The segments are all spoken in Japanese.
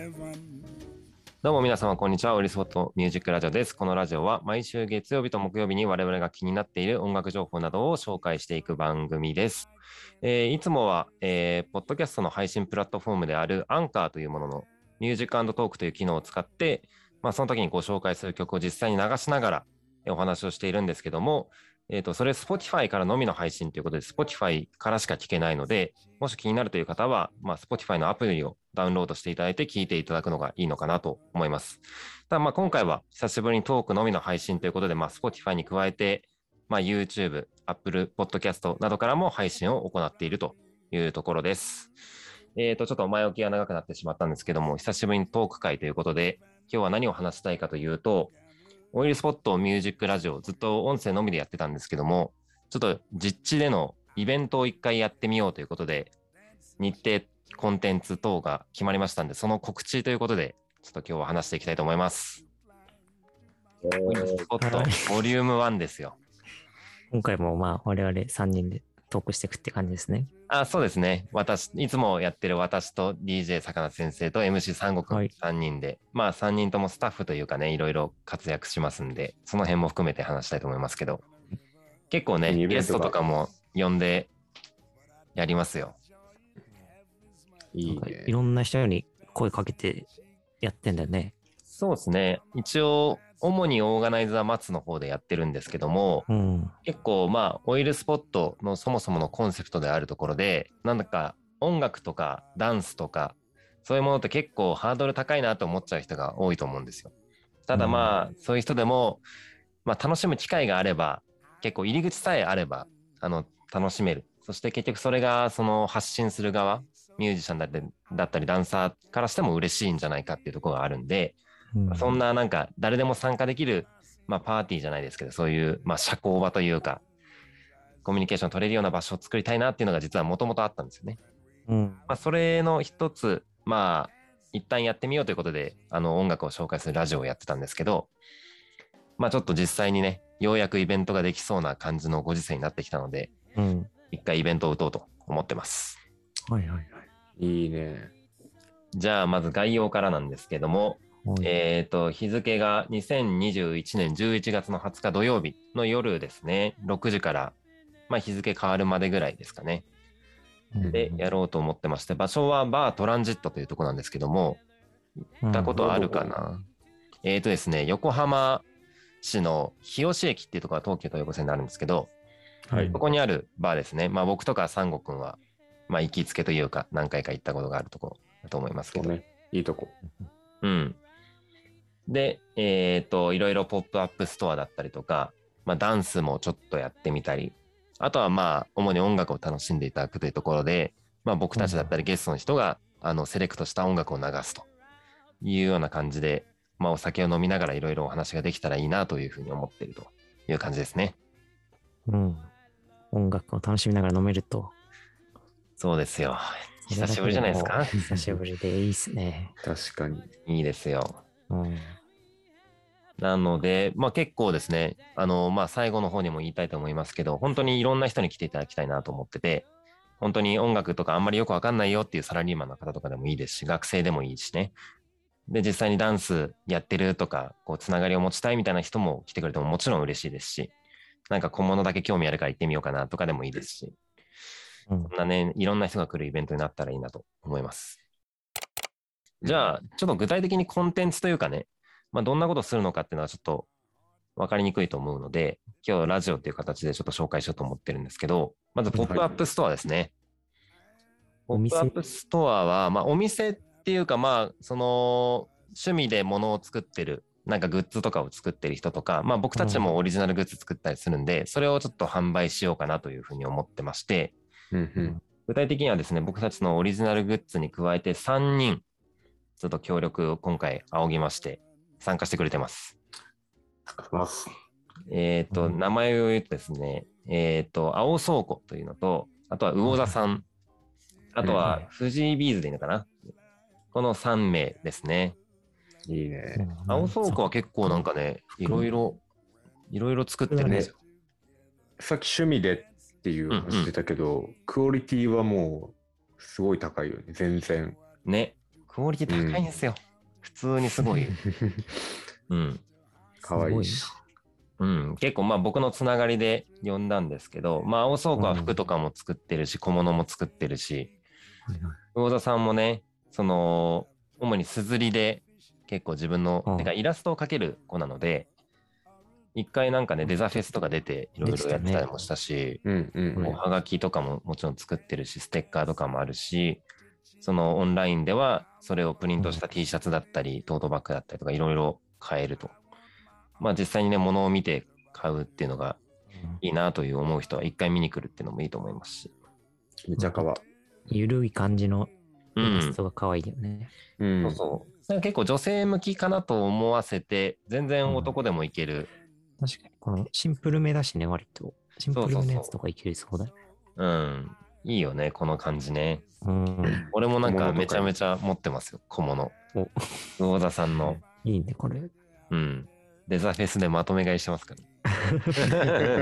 どうも皆様こんにちは。ウリスポットミュージックラジオです。このラジオは毎週月曜日と木曜日に我々が気になっている音楽情報などを紹介していく番組です。いつもは、ポッドキャストの配信プラットフォームであるアンカーというもののミュージック&トークという機能を使って、その時にご紹介する曲を実際に流しながらお話をしているんですけども、それ Spotify からのみの配信ということで Spotify からしか聞けないので、もし気になるという方は、Spotify のアプリをダウンロードしていただいて聞いていただくのがいいのかなと思います。ただ今回は久しぶりにトークのみの配信ということで、Spotify に加えて、YouTube、Apple Podcast などからも配信を行っているというところです。ちょっと前置きが長くなってしまったんですけども、久しぶりにトーク会ということで、今日は何を話したいかというと、オイルスポットミュージックラジオ、ずっと音声のみでやってたんですけども、ちょっと実地でのイベントを一回やってみようということで、日程、コンテンツ等が決まりましたんで、その告知ということで、ちょっと今日は話していきたいと思います。オイルスポットボリューム1ですよ。 今回も我々3人でトークしていくって感じですね。 そうですね。いつもやってる私と DJ 坂田先生と MC 三国3人で、3人ともスタッフというかね、いろいろ活躍しますんで、その辺も含めて話したいと思いますけど、結構ね、ゲストとかも呼んでやりますよ。 いいね。いろんな人に声かけてやってんだよね。 そうですね。一応、主にオーガナイザー松の方でやってるんですけども、結構オイルスポットのそもそものコンセプトであるところで、なんだか音楽とかダンスとか、そういうものって結構ハードル高いなと思っちゃう人が多いと思うんですよ。ただそういう人でも、楽しむ機会があれば、結構入り口さえあれば、楽しめる。そして結局それがその発信する側、ミュージシャンだったりダンサーからしても嬉しいんじゃないかっていうところがあるんで、そんななんか誰でも参加できる、パーティーじゃないですけど、そういう、社交場というか、コミュニケーション取れるような場所を作りたいなっていうのが実はもともとあったんですよね。それの一つ、一旦やってみようということで、音楽を紹介するラジオをやってたんですけど、ちょっと実際にね、ようやくイベントができそうな感じのご時世になってきたので、一回イベントを打とうと思ってます。 はいはいはい。 いいね。 じゃあまず概要からなんですけども、日付が2021年11月の20日土曜日の夜ですね、6時から、日付変わるまでぐらいですかね。で、やろうと思ってまして、場所はバートランジットというところなんですけども、行ったことあるかな？ですね、横浜市の日吉駅っていうところが東京と横線にあるんですけど、ここにあるバーですね。僕とかサンゴくんは、行きつけというか何回か行ったことがあるところだと思いますけど。 そうね。いいとこ。 うん。で、いろいろポップアップストアだったりとか、ダンスもちょっとやってみたり、あとは主に音楽を楽しんでいただくというところで、僕たちだったりゲストの人が、セレクトした音楽を流すというような感じで、お酒を飲みながらいろいろお話ができたらいいなというふうに思っているという感じですね。 音楽を楽しみながら飲めると。 そうですよ。久しぶりじゃないですか。 久しぶりでいいですね。 確かに。 いいですよ。なので、結構ですね、最後の方にも言いたいと思いますけど、本当にいろんな人に来ていただきたいなと思ってて、本当に音楽とかあんまりよくわかんないよっていうサラリーマンの方とかでもいいですし、学生でもいいしね。で、実際にダンスやってるとか、つながりを持ちたいみたいな人も来てくれてももちろん嬉しいですし、なんか小物だけ興味あるから行ってみようかなとかでもいいですし、そんなね、いろんな人が来るイベントになったらいいなと思います。じゃあ、ちょっと具体的にコンテンツというかね、どんなことするのかっていうのはちょっと分かりにくいと思うので、今日ラジオっていう形でちょっと紹介しようと思ってるんですけど、まずポップアップストアですね。ポップアップストアは、お店っていうか、その趣味で物を作ってる、なんかグッズとかを作ってる人とか、僕たちもオリジナルグッズ作ったりするんで、それをちょっと販売しようかなというふうに思ってまして、具体的にはですね、僕たちのオリジナルグッズに加えて3人、ちょっと協力を今回仰ぎまして、参加してくれてます。名前を言うとですね、青倉庫というのと、あとは魚座さん、あとは藤井ビーズでいいのかな、この3名ですね。 いいね。 青倉庫は結構なんかね、いろいろ作ってるんですよ。 さっき趣味でっていう話出たけど、クオリティはもうすごい高いよね、全然。 ね。 クオリティ高いんですよ。普通にすごい。うん。 かわいいし。 うん、結構まあ僕のつながりで呼んだんですけど、まあ青倉庫は服とかも作ってるし、小物も作ってるし、魚座さんもね、主にすずりで結構自分の、てかイラストを描ける子なので、一回なんかね、デザフェスとか出ていろいろやってたりもしたし、おはがきとかももちろん作ってるし、ステッカーとかもあるし、そのオンラインではそれをプリントした T シャツだったり、トートバッグだったりとかいろいろ買えると。まあ実際にね、物を見て買うっていうのがいいなという思う人は一回見に来るっていうのもいいと思いますし。 めちゃかわ。 ゆるい感じのイラストが可愛いよね。 そうそう。結構女性向きかなと思わせて、全然男でもいける。 確かに、このシンプルめだしね、割と。シンプルめのやつとかいけるそうだよね。 うん。いいよね、この感じね。俺もなんかめちゃめちゃ持ってますよ、小物。魚座さんの。 いいね、これ。 うん。デザフェスでまとめ買いしてますから。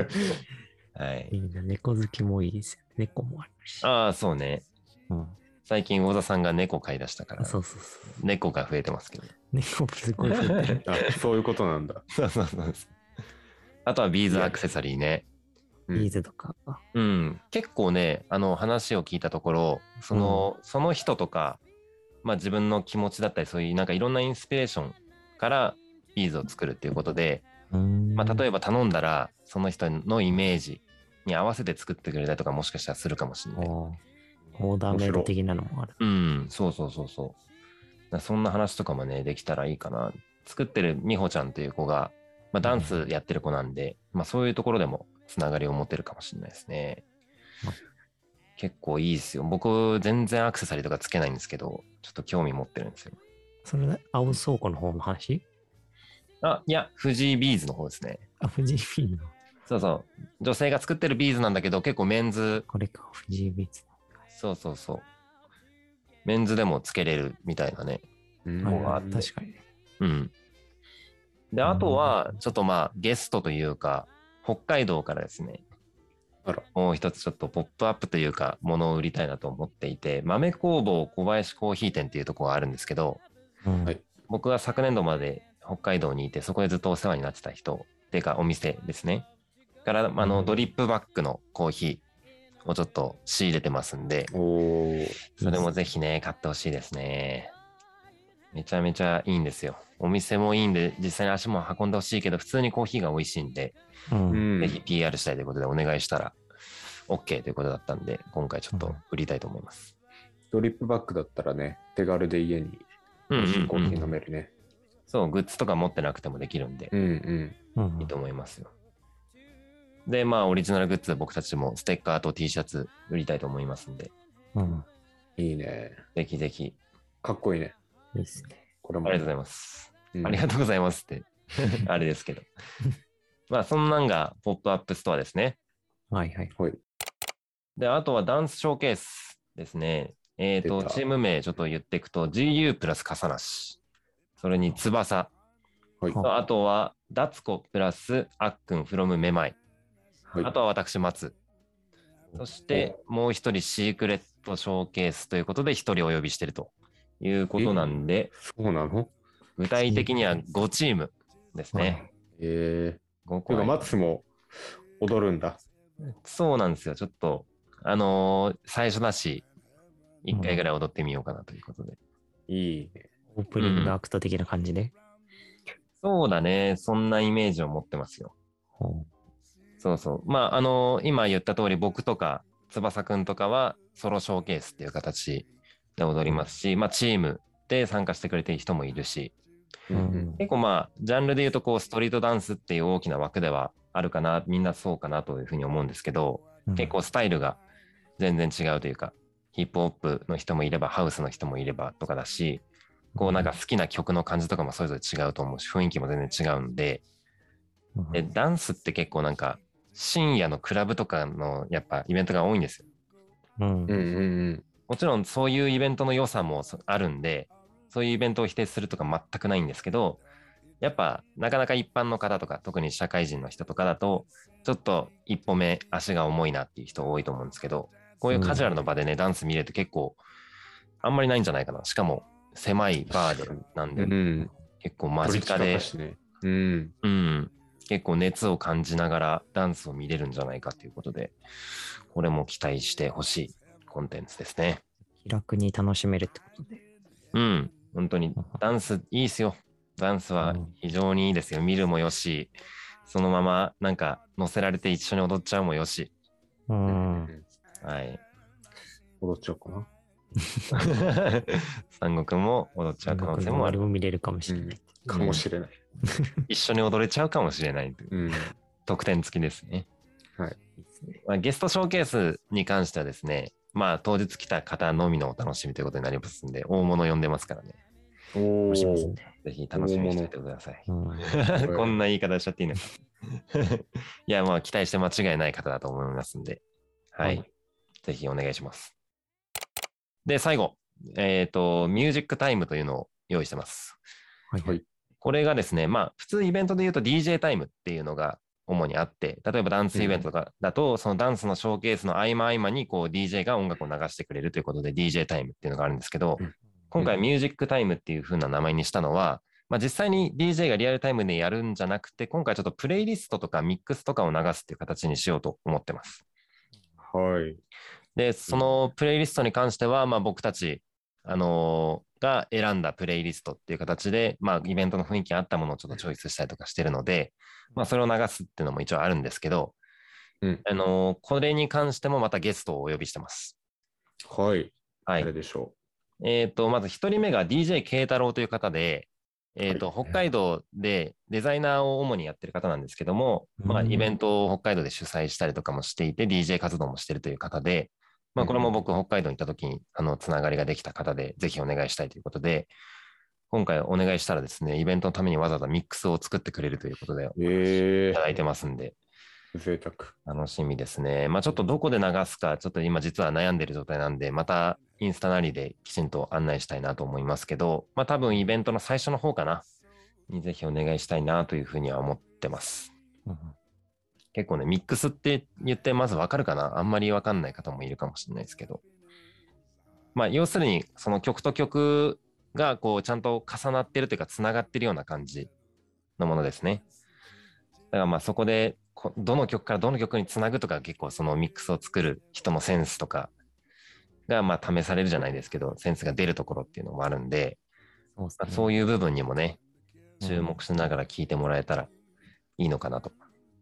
はい。 いいね、猫好きもいいですよ。猫もあるし。 ああ、そうね。最近魚座さんが猫飼い出したから。 そう。 猫が増えてますけど。 猫すごい増えてる。 あ、そういうことなんだ。 そう。あとはビーズアクセサリーね。 ビーズとか。 うん。結構ね、話を聞いたところ、その人とか、まあ自分の気持ちだったり、そういうなんかいろんなインスピレーションからビーズを作るっていうことで、まあ例えば頼んだら、その人のイメージに合わせて作ってくれたりとかもしかしたらするかもしれない。 オーダーメイド的なのもある。 うん、そう。そんな話とかもね、できたらいいかな。作ってる美穂ちゃんという子が、まあダンスやってる子なんで、まあそういうところでもつながりを持てるかもしれないですね。結構いいですよ。僕、全然アクセサリーとかつけないんですけど、ちょっと興味持ってるんですよ。 それで、青倉庫の方の話？ いや、藤井ビーズの方ですね。 藤井ビーズの。 そう。女性が作ってるビーズなんだけど、結構メンズ。 これか、藤井ビーズ。 そう。メンズでもつけれるみたいなね。 確かに。 うん。で、あとは、ちょっとまあ、ゲストというか、北海道からですね、もう一つちょっとポップアップというか、物を売りたいなと思っていて、豆工房小林コーヒー店っていうところがあるんですけど、僕が昨年度まで北海道にいて、そこでずっとお世話になってた人、っていうかお店ですね。から、ドリップバッグのコーヒーをちょっと仕入れてますんで、それもぜひね、買ってほしいですね。めちゃめちゃいいんですよ。お店もいいんで、実際に足も運んでほしいけど、普通にコーヒーが美味しいんで、ぜひ PR したいということでお願いしたら OK ということだったんで、今回ちょっと売りたいと思います。 ドリップバッグだったらね、手軽で家に美味しいコーヒー飲めるね。 そう、グッズとか持ってなくてもできるんで、いいと思いますよ。で、まあ、オリジナルグッズで僕たちもステッカーと T シャツ売りたいと思いますんで。 いいね。 ぜひぜひ。 かっこいいね。 いいですね。 これも。 ありがとうございます。ありがとうございますって、あれですけど。まあ、そんなんがポップアップストアですね。 はい。 で、あとはダンスショーケースですね。チーム名ちょっと言っていくと、GU プラス笠梨。それに翼。あとは、ダツコプラスあっくん from めまい。あとは私、松。そして、もう一人シークレットショーケースということで、一人お呼びしてるということなんで、 そうなの？ 具体的には5チームですね。 5個。松も踊るんだ。 そうなんですよ。ちょっと、最初だし、1回ぐらい踊ってみようかなということで。 いいね。 オープニングアクト的な感じで。 そうだね。そんなイメージを持ってますよ。そう。まあ、今言った通り僕とか翼くんとかはソロショーケースっていう形で踊りますし、まあチームで参加してくれてる人もいるし、結構まあジャンルで言うとこうストリートダンスっていう大きな枠ではあるかな、みんなそうかなというふうに思うんですけど、結構スタイルが全然違うというか、ヒップホップの人もいればハウスの人もいればとかだし、こうなんか好きな曲の感じとかもそれぞれ違うと思うし、雰囲気も全然違うんで、ダンスって結構なんか深夜のクラブとかのやっぱイベントが多いんですよ。もちろんそういうイベントの良さもあるんで、そういうイベントを否定するとか全くないんですけど、やっぱなかなか一般の方とか、特に社会人の人とかだと、ちょっと一歩目足が重いなっていう人多いと思うんですけど、こういうカジュアルの場でね、ダンス見れると結構あんまりないんじゃないかな。しかも狭いバーでなんで、結構間近で、結構熱を感じながらダンスを見れるんじゃないかということで、これも期待してほしいコンテンツですね。 気楽に楽しめるってことで。 本当にダンスいいですよ。ダンスは非常にいいですよ。見るもよし、そのままなんか乗せられて一緒に踊っちゃうもよし。はい。 踊っちゃおうかな。 三国も踊っちゃう可能性もある。 も見れるかもしれない。 かもしれない。 一緒に踊れちゃうかもしれないという、特典付きですね。 はい。 ゲストショーケースに関してはですね、まあ当日来た方のみのお楽しみということになりますんで、大物呼んでますからね。ぜひ楽しみにしておいてください。こんな言い方しちゃっていいのか。いや、まあ期待して間違いない方だと思いますんで、はい。ぜひお願いします。で、最後、ミュージックタイムというのを用意してます。 はい。 これがですね、まあ普通イベントで言うと DJ タイムっていうのが主にあって、例えばダンスイベントとかだと、そのダンスのショーケースの合間合間にこう DJ が音楽を流してくれるということで DJ タイムっていうのがあるんですけど、今回ミュージックタイムっていう風な名前にしたのは、まあ、実際に DJ がリアルタイムでやるんじゃなくて、今回ちょっとプレイリストとかミックスとかを流すっていう形にしようと思ってます。 はい。 で、そのプレイリストに関しては、まあ僕たち、が選んだプレイリストっていう形で、まあイベントの雰囲気に合ったものをちょっとチョイスしたりとかしてるので、まあそれを流すっていうのも一応あるんですけど、これに関してもまたゲストをお呼びしてます。 はい。 はい。 誰でしょう。まず一人目が DJ 慶太郎という方で、北海道でデザイナーを主にやってる方なんですけども、まあイベントを北海道で主催したりとかもしていて、DJ 活動もしてるという方で、まあこれも僕北海道に行った時につながりができた方で、ぜひお願いしたいということで、今回お願いしたらですね、イベントのためにわざわざミックスを作ってくれるということで、いただいてますんで、 贅沢。 楽しみですね。まあちょっとどこで流すか、ちょっと今実は悩んでる状態なんで、またインスタなりできちんと案内したいなと思いますけど、まあ多分イベントの最初の方かな、にぜひお願いしたいなというふうには思ってます。結構ね、ミックスって言ってまずわかるかな？あんまりわかんない方もいるかもしれないですけど。まあ要するにその曲と曲がこうちゃんと重なってるというかつながってるような感じのものですね。だからまあそこでどの曲からどの曲につなぐとか結構そのミックスを作る人のセンスとかがまあ試されるじゃないですけど、センスが出るところっていうのもあるんで、そういう部分にもね、注目しながら聴いてもらえたらいいのかなと。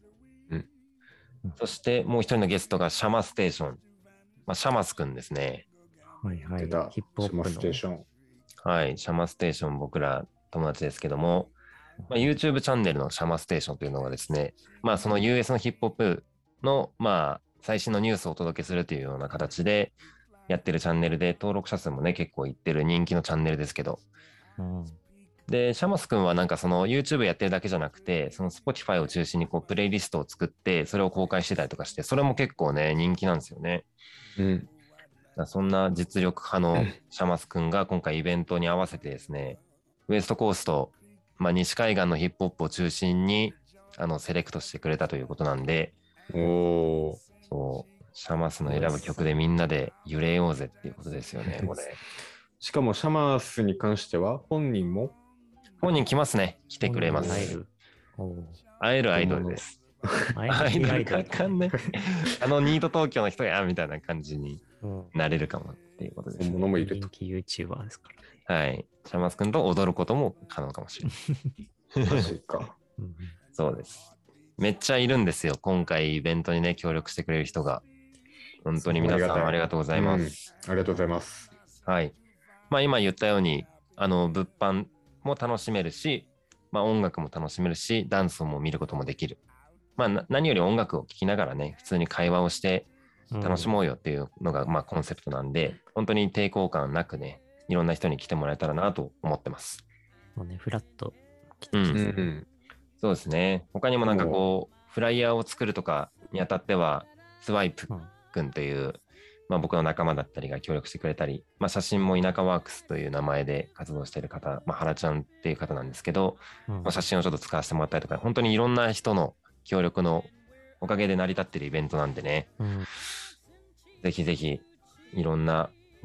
そしてもう一人のゲストがシャマステーション。まあ、シャマスくんですね。 はいはい。ヒップホップの。シャマステーション。 はい。シャマステーション僕ら友達ですけども、まあ、YouTube チャンネルのシャマステーションというのがですね、まあその US のヒップホップのまあ最新のニュースをお届けするというような形でやってるチャンネルで、登録者数もね結構いってる人気のチャンネルですけど、でシャマス君はなんかその YouTube やってるだけじゃなくて、その Spotify を中心にこうプレイリストを作ってそれを公開してたりとかして、それも結構ね人気なんですよね。そんな実力派のシャマス君が今回イベントに合わせてですね、ウエストコースト、まあ、西海岸のヒップホップを中心にセレクトしてくれたということなんで、そうシャマスの選ぶ曲でみんなで揺れようぜっていうことですよね、これ。 しかもシャマスに関しては本人来ますね。来てくれます。会えるアイドルです。アイドルかわかんない。ニート東京の人やみたいな感じになれるかもっていうことです、ね。 本物もいると。 人気 YouTuber ですからね。はい。シャマス君と踊ることも可能かもしれない。 マジか。 そうです。めっちゃいるんですよ。今回イベントにね、協力してくれる人が。本当に皆さんありがとうございます。 ありがとうございます。 はい。まあ今言ったように、物販も楽しめるし、まあ音楽も楽しめるし、ダンスも見ることもできる。まあ何より音楽を聴きながらね、普通に会話をして楽しもうよっていうのがまあコンセプトなんで、本当に抵抗感なくね、いろんな人に来てもらえたらなと思ってます。 もうね、フラット来てますね。 そうですね。他にもなんかこう、フライヤーを作るとかにあたっては、スワイプ君という、まあ、僕の仲間だったりが協力してくれたり、まあ、写真も田舎ワークスという名前で活動している方、まあ、原ちゃんっていう方なんですけど、まあ、写真をちょっと使わせてもらったりとか、本当にいろんな人の協力のおかげで成り立っているイベントなんでね、ぜひぜひいろんな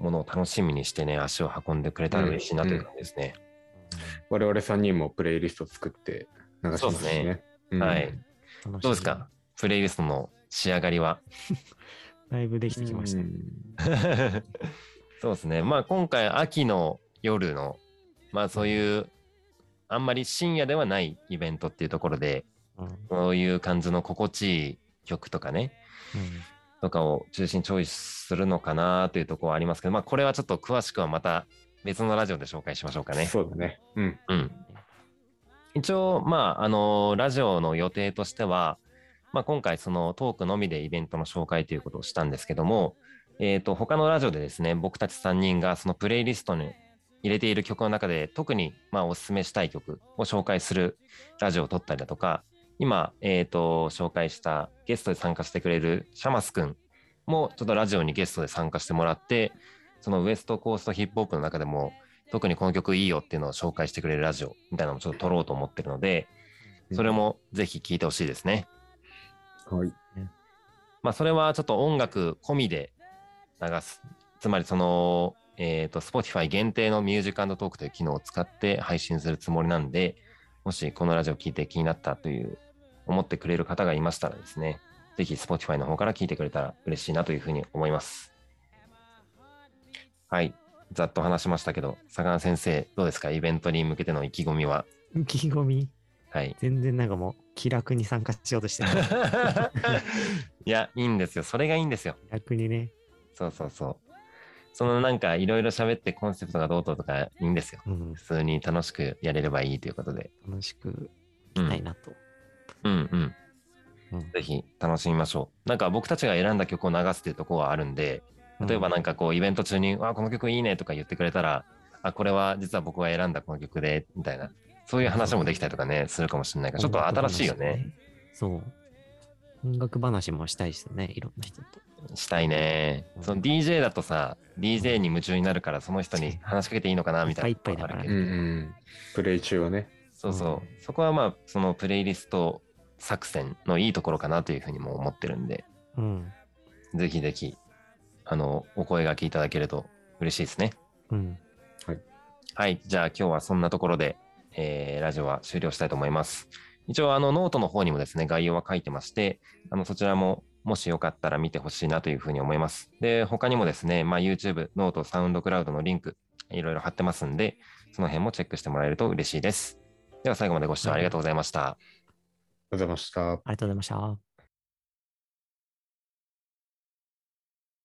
ものを楽しみにしてね、足を運んでくれたら嬉しいなという感じですね。 我々3人もプレイリスト作って流しますしね。 はい。どうですか、プレイリストの仕上がりは。 だいぶできてきました。 そうですね。まあ今回秋の夜の、まあそういうあんまり深夜ではないイベントっていうところで、そういう感じの心地いい曲とかね、とかを中心にチョイスするのかなというところはありますけど、まあこれはちょっと詳しくはまた別のラジオで紹介しましょうかね。 そうだね。 一応、まあ、ラジオの予定としては、まあ、今回そのトークのみでイベントの紹介ということをしたんですけども、他のラジオでですね、僕たち3人がそのプレイリストに入れている曲の中で特にまあおすすめしたい曲を紹介するラジオを撮ったりだとか、今、紹介したゲストで参加してくれるシャマスくんもちょっとラジオにゲストで参加してもらって、そのウエストコーストヒップホップの中でも特にこの曲いいよっていうのを紹介してくれるラジオみたいなのもちょっと撮ろうと思ってるので、それもぜひ聴いてほしいですね。 はい。 まあそれはちょっと音楽込みで流す。つまりその、Spotify 限定のミュージック&トークという機能を使って配信するつもりなんで、もしこのラジオ聞いて気になったという思ってくれる方がいましたらですね、ぜひ Spotify の方から聞いてくれたら嬉しいなというふうに思います。はい。ざっと話しましたけど、坂上先生、どうですか、イベントに向けての意気込みは。 意気込み、 はい。 全然なんかもう気楽に参加しようとしてる。 いや、いいんですよ。それがいいんですよ。 逆にね。 そうそうそう。そのなんかいろいろ喋ってコンセプトがどうとかいいんですよ。普通に楽しくやれればいいということで。 楽しくいきたいなと。 ぜひ楽しみましょう。なんか僕たちが選んだ曲を流すっていうところはあるんで、例えばなんかこうイベント中に、この曲いいねとか言ってくれたら、これは実は僕が選んだこの曲で、みたいな、そういう話もできたりとかね、するかもしれないから、ちょっと新しいよね。 そう。音楽話もしたいですよね、いろんな人と。 したいね。その DJ だとさ、DJ に夢中になるから、その人に話しかけていいのかな、みたいな。いっぱいだからね。プレイ中はね。 そうそう。そこはまあ、そのプレイリスト作戦のいいところかなというふうにも思ってるんで、ぜひぜひ、お声掛けいただけると嬉しいですね。 はい。 はい。じゃあ今日はそんなところで、ラジオは終了したいと思います。一応ノートの方にもですね、概要は書いてまして、そちらももしよかったら見てほしいなというふうに思います。で、他にもですね、まあ、YouTube、ノート、サウンドクラウドのリンク、いろいろ貼ってますんで、その辺もチェックしてもらえると嬉しいです。では最後までご視聴ありがとうございました。 ありがとうございました。 ありがとうございました。